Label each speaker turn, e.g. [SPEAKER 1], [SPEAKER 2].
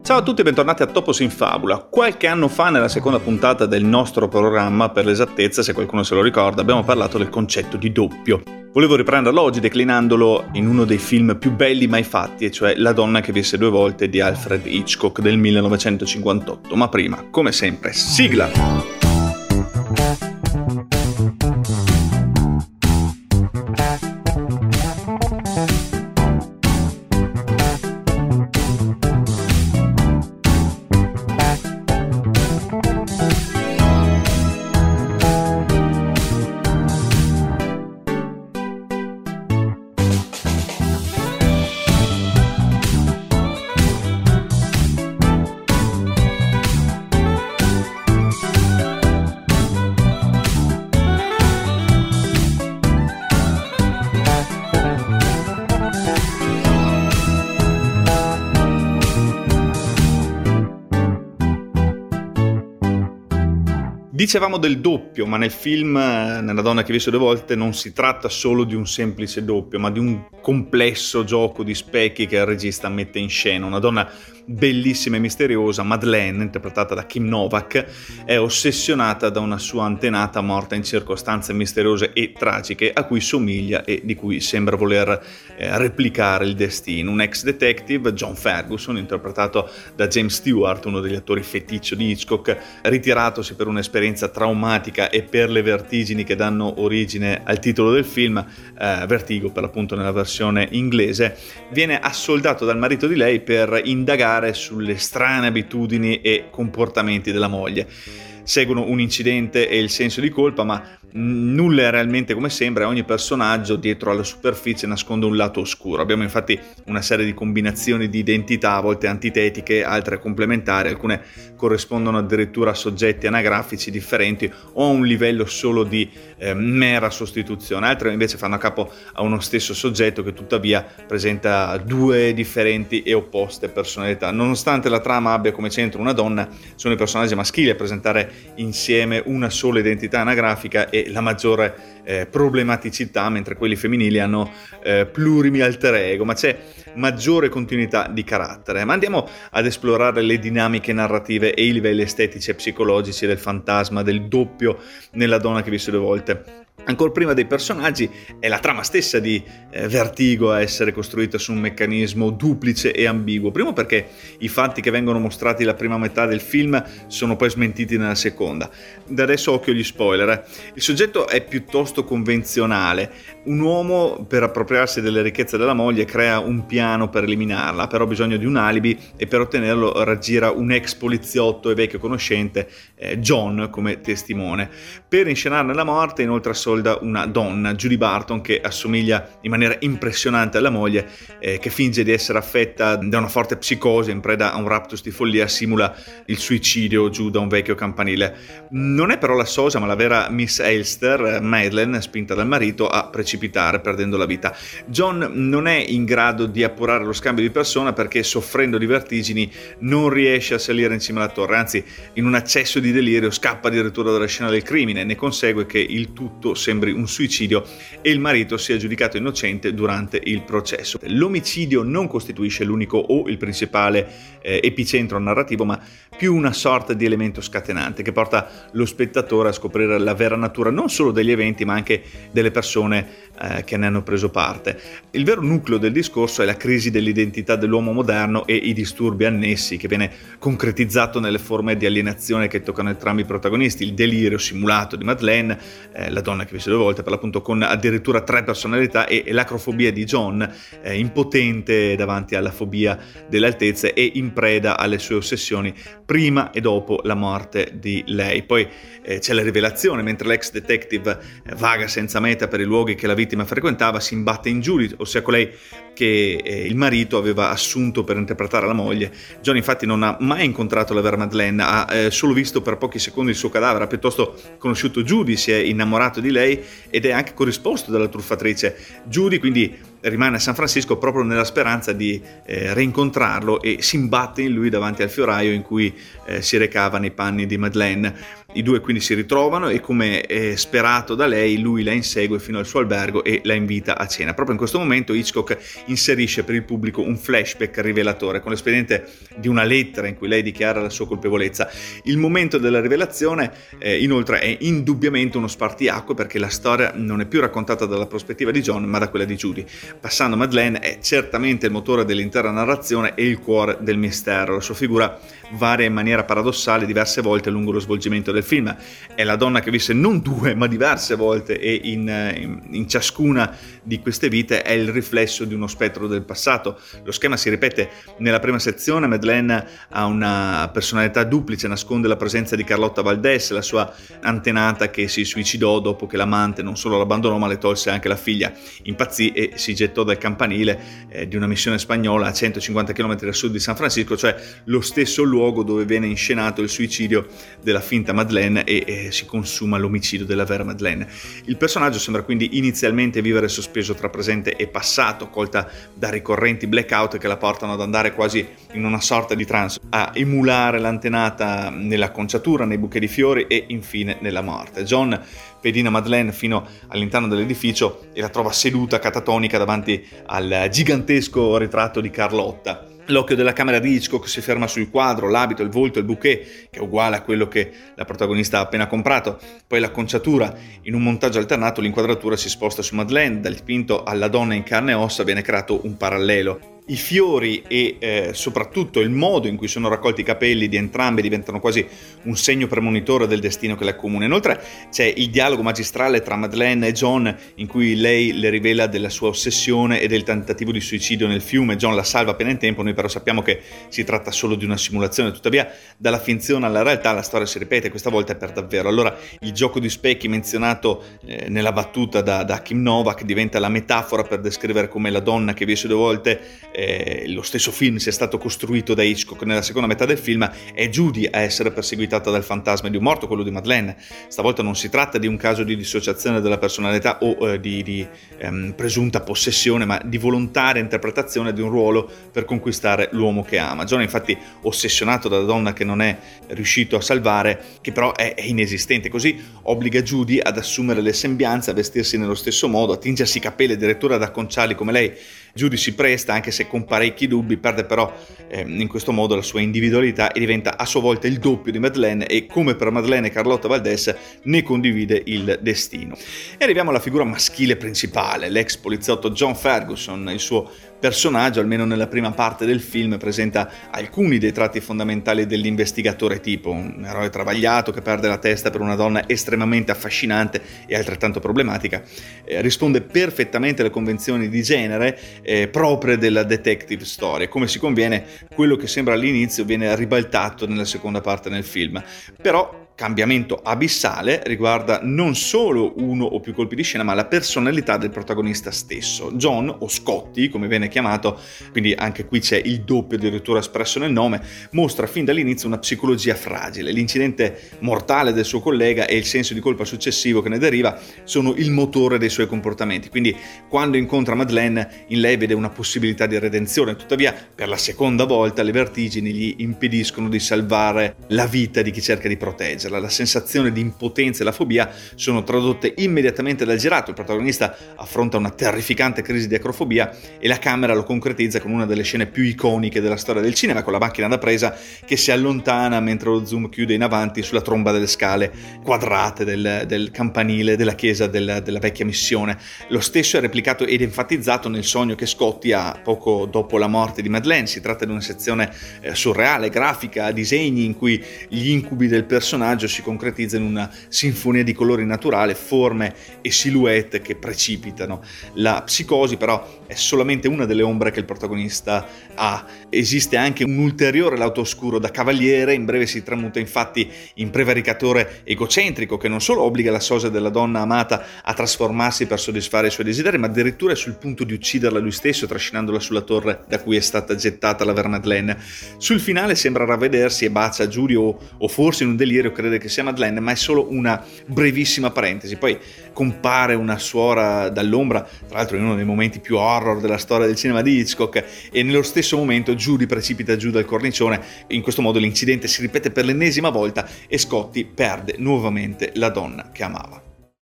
[SPEAKER 1] Ciao a tutti e bentornati a Topos in Fabula. Qualche anno fa, nella seconda puntata del nostro programma, per l'esattezza, se qualcuno se lo ricorda, abbiamo parlato del concetto di doppio. Volevo riprenderlo oggi declinandolo in uno dei film più belli mai fatti, e cioè La donna che visse due volte di Alfred Hitchcock del 1958. Ma prima, come sempre, sigla! Dicevamo del doppio, ma nel film, nella donna che visse due volte, non si tratta solo di un semplice doppio, ma di un complesso gioco di specchi che il regista mette in scena. Una donna bellissima e misteriosa, Madeleine, interpretata da Kim Novak, è ossessionata da una sua antenata morta in circostanze misteriose e tragiche, a cui somiglia e di cui sembra voler replicare il destino. Un ex detective, John Ferguson, interpretato da James Stewart, uno degli attori feticcio di Hitchcock, ritiratosi per un'esperienza traumatica e per le vertigini che danno origine al titolo del film, Vertigo per l'appunto nella versione inglese, viene assoldato dal marito di lei per indagare sulle strane abitudini e comportamenti della moglie. Seguono un incidente e il senso di colpa, ma nulla è realmente come sembra e ogni personaggio dietro alla superficie nasconde un lato oscuro. Abbiamo infatti una serie di combinazioni di identità, a volte antitetiche, altre complementari, alcune corrispondono addirittura a soggetti anagrafici differenti o a un livello solo di mera sostituzione, altre invece fanno a capo a uno stesso soggetto che tuttavia presenta due differenti e opposte personalità. Nonostante la trama abbia come centro una donna, sono i personaggi maschili a presentare insieme una sola identità anagrafica e la maggiore problematicità, mentre quelli femminili hanno plurimi alter ego, ma c'è maggiore continuità di carattere. Ma andiamo ad esplorare le dinamiche narrative e i livelli estetici e psicologici del fantasma del doppio nella donna che visse due volte. Ancora prima dei personaggi è la trama stessa di Vertigo a essere costruita su un meccanismo duplice e ambiguo. Primo perché i fatti che vengono mostrati la prima metà del film sono poi smentiti nella seconda. Da adesso occhio agli spoiler. Il soggetto è piuttosto convenzionale. Un uomo, per appropriarsi delle ricchezze della moglie, crea un piano per eliminarla, però ha bisogno di un alibi e per ottenerlo raggira un ex poliziotto e vecchio conoscente, John, come testimone. Per inscenarne la morte inoltre assolda una donna, Judy Barton, che assomiglia in maniera impressionante alla moglie, che finge di essere affetta da una forte psicosi, in preda a un raptus di follia, simula il suicidio giù da un vecchio campanile. Non è però la sosia, ma la vera Miss Elster, Madeleine, spinta dal marito a precipitare perdendo la vita. John non è in grado di appurare lo scambio di persona perché, soffrendo di vertigini, non riesce a salire in cima alla torre, anzi in un accesso di delirio scappa addirittura dalla scena del crimine. Ne consegue che il tutto sembri un suicidio e il marito sia giudicato innocente durante il processo. L'omicidio non costituisce l'unico o il principale epicentro narrativo, ma più una sorta di elemento scatenante che porta lo spettatore a scoprire la vera natura non solo degli eventi ma anche delle persone che ne hanno preso parte. Il vero nucleo del discorso è la crisi dell'identità dell'uomo moderno e i disturbi annessi, che viene concretizzato nelle forme di alienazione che toccano entrambi i protagonisti: il delirio simulato di Madeleine, la donna che visse due volte per l'appunto, con addirittura 3 personalità, e l'acrofobia di John, impotente davanti alla fobia delle altezze e in preda alle sue ossessioni prima e dopo la morte di lei. Poi c'è la rivelazione: mentre l'ex detective vaga senza meta per i luoghi che la vittima frequentava, si imbatte in Judy, ossia colei che il marito aveva assunto per interpretare la moglie. John infatti non ha mai incontrato la vera Madeleine, ha solo visto per pochi secondi il suo cadavere, ha piuttosto conosciuto Judy, si è innamorato di lei ed è anche corrisposto dalla truffatrice. Judy quindi rimane a San Francisco proprio nella speranza di rincontrarlo e si imbatte in lui davanti al fioraio in cui si recava nei panni di Madeleine. I due quindi si ritrovano e, come sperato da lei, lui la insegue fino al suo albergo e la invita a cena. Proprio in questo momento Hitchcock inserisce per il pubblico un flashback rivelatore con l'espediente di una lettera in cui lei dichiara la sua colpevolezza. Il momento della rivelazione inoltre è indubbiamente uno spartiacque, perché la storia non è più raccontata dalla prospettiva di John ma da quella di Judy. Passando Madeleine è certamente il motore dell'intera narrazione e il cuore del mistero. La sua figura varia in maniera paradossale diverse volte lungo lo svolgimento del film. È la donna che visse non 2 ma diverse volte, e in ciascuna di queste vite è il riflesso di uno spettro del passato. Lo schema si ripete nella prima sezione. Madeleine ha una personalità duplice, nasconde la presenza di Carlotta Valdés, la sua antenata che si suicidò dopo che l'amante non solo l'abbandonò ma le tolse anche la figlia. Impazzì e si gettò dal campanile di una missione spagnola a 150 km a sud di San Francisco, cioè lo stesso luogo dove viene inscenato il suicidio della finta Madeleine e si consuma l'omicidio della vera Madeleine. Il personaggio sembra quindi inizialmente vivere sospeso tra presente e passato, colta da ricorrenti blackout che la portano ad andare quasi in una sorta di trance, a emulare l'antenata nell'acconciatura, nei buchi di fiori e infine nella morte. John pedina Madeleine fino all'interno dell'edificio e la trova seduta catatonica davanti al gigantesco ritratto di Carlotta. L'occhio della camera di Hitchcock si ferma sul quadro, l'abito, il volto, il bouquet, che è uguale a quello che la protagonista ha appena comprato. Poi l'acconciatura. In un montaggio alternato l'inquadratura si sposta su Madeleine, dal dipinto alla donna in carne e ossa viene creato un parallelo. I fiori e soprattutto il modo in cui sono raccolti i capelli di entrambe diventano quasi un segno premonitore del destino che le accomuna. Inoltre c'è il dialogo magistrale tra Madeleine e John, in cui lei le rivela della sua ossessione e del tentativo di suicidio nel fiume. John la salva appena in tempo, noi però sappiamo che si tratta solo di una simulazione. Tuttavia, dalla finzione alla realtà la storia si ripete, questa volta è per davvero. Allora il gioco di specchi menzionato nella battuta da Kim Novak diventa la metafora per descrivere come la donna che viene 2 volte lo stesso film sia stato costruito da Hitchcock. Nella seconda metà del film è Judy a essere perseguitata dal fantasma di un morto, quello di Madeleine. Stavolta non si tratta di un caso di dissociazione della personalità o di presunta possessione, ma di volontaria interpretazione di un ruolo per conquistare l'uomo che ama. John è infatti ossessionato dalla donna che non è riuscito a salvare, che però è inesistente. Così obbliga Judy ad assumere le sembianze, a vestirsi nello stesso modo, a tingersi i capelli, addirittura ad acconciarli come lei. Judy si presta, anche se con parecchi dubbi, perde però in questo modo la sua individualità e diventa a sua volta il doppio di Madeleine, e come per Madeleine e Carlotta Valdés ne condivide il destino. E arriviamo alla figura maschile principale, l'ex poliziotto John Ferguson. Il suo personaggio, almeno nella prima parte del film, presenta alcuni dei tratti fondamentali dell'investigatore tipo: un eroe travagliato che perde la testa per una donna estremamente affascinante e altrettanto problematica, risponde perfettamente alle convenzioni di genere proprie della detective story. Come si conviene, quello che sembra all'inizio viene ribaltato nella seconda parte del film. Però cambiamento abissale riguarda non solo uno o più colpi di scena, ma la personalità del protagonista stesso. John, o Scotty come viene chiamato, quindi anche qui c'è il doppio addirittura espresso nel nome, mostra fin dall'inizio una psicologia fragile. L'incidente mortale del suo collega e il senso di colpa successivo che ne deriva sono il motore dei suoi comportamenti. Quindi quando incontra Madeleine, in lei vede una possibilità di redenzione. Tuttavia, per la seconda volta le vertigini gli impediscono di salvare la vita di chi cerca di proteggerla. La sensazione di impotenza e la fobia sono tradotte immediatamente dal girato. Il protagonista affronta una terrificante crisi di acrofobia e la camera lo concretizza con una delle scene più iconiche della storia del cinema, con la macchina da presa che si allontana mentre lo zoom chiude in avanti sulla tromba delle scale quadrate del campanile della chiesa della vecchia missione. Lo stesso è replicato ed enfatizzato nel sogno che Scotty ha poco dopo la morte di Madeleine. Si tratta di una sezione surreale, grafica, a disegni, in cui gli incubi del personaggio si concretizza in una sinfonia di colori naturale, forme e silhouette che precipitano. La psicosi però è solamente una delle ombre che il protagonista ha. Esiste anche un ulteriore lato oscuro da cavaliere. In breve si tramuta infatti in prevaricatore egocentrico che non solo obbliga la sosia della donna amata a trasformarsi per soddisfare i suoi desideri, ma addirittura è sul punto di ucciderla lui stesso, trascinandola sulla torre da cui è stata gettata la vera Madeleine. Sul finale sembra ravvedersi e bacia Judy o forse in un delirio crede che sia Madeleine, ma è solo una brevissima parentesi. Poi compare una suora dall'ombra, tra l'altro in uno dei momenti più horror della storia del cinema di Hitchcock, e nello stesso momento Judy precipita giù dal cornicione. In questo modo l'incidente si ripete per l'ennesima volta e Scotty perde nuovamente la donna che amava.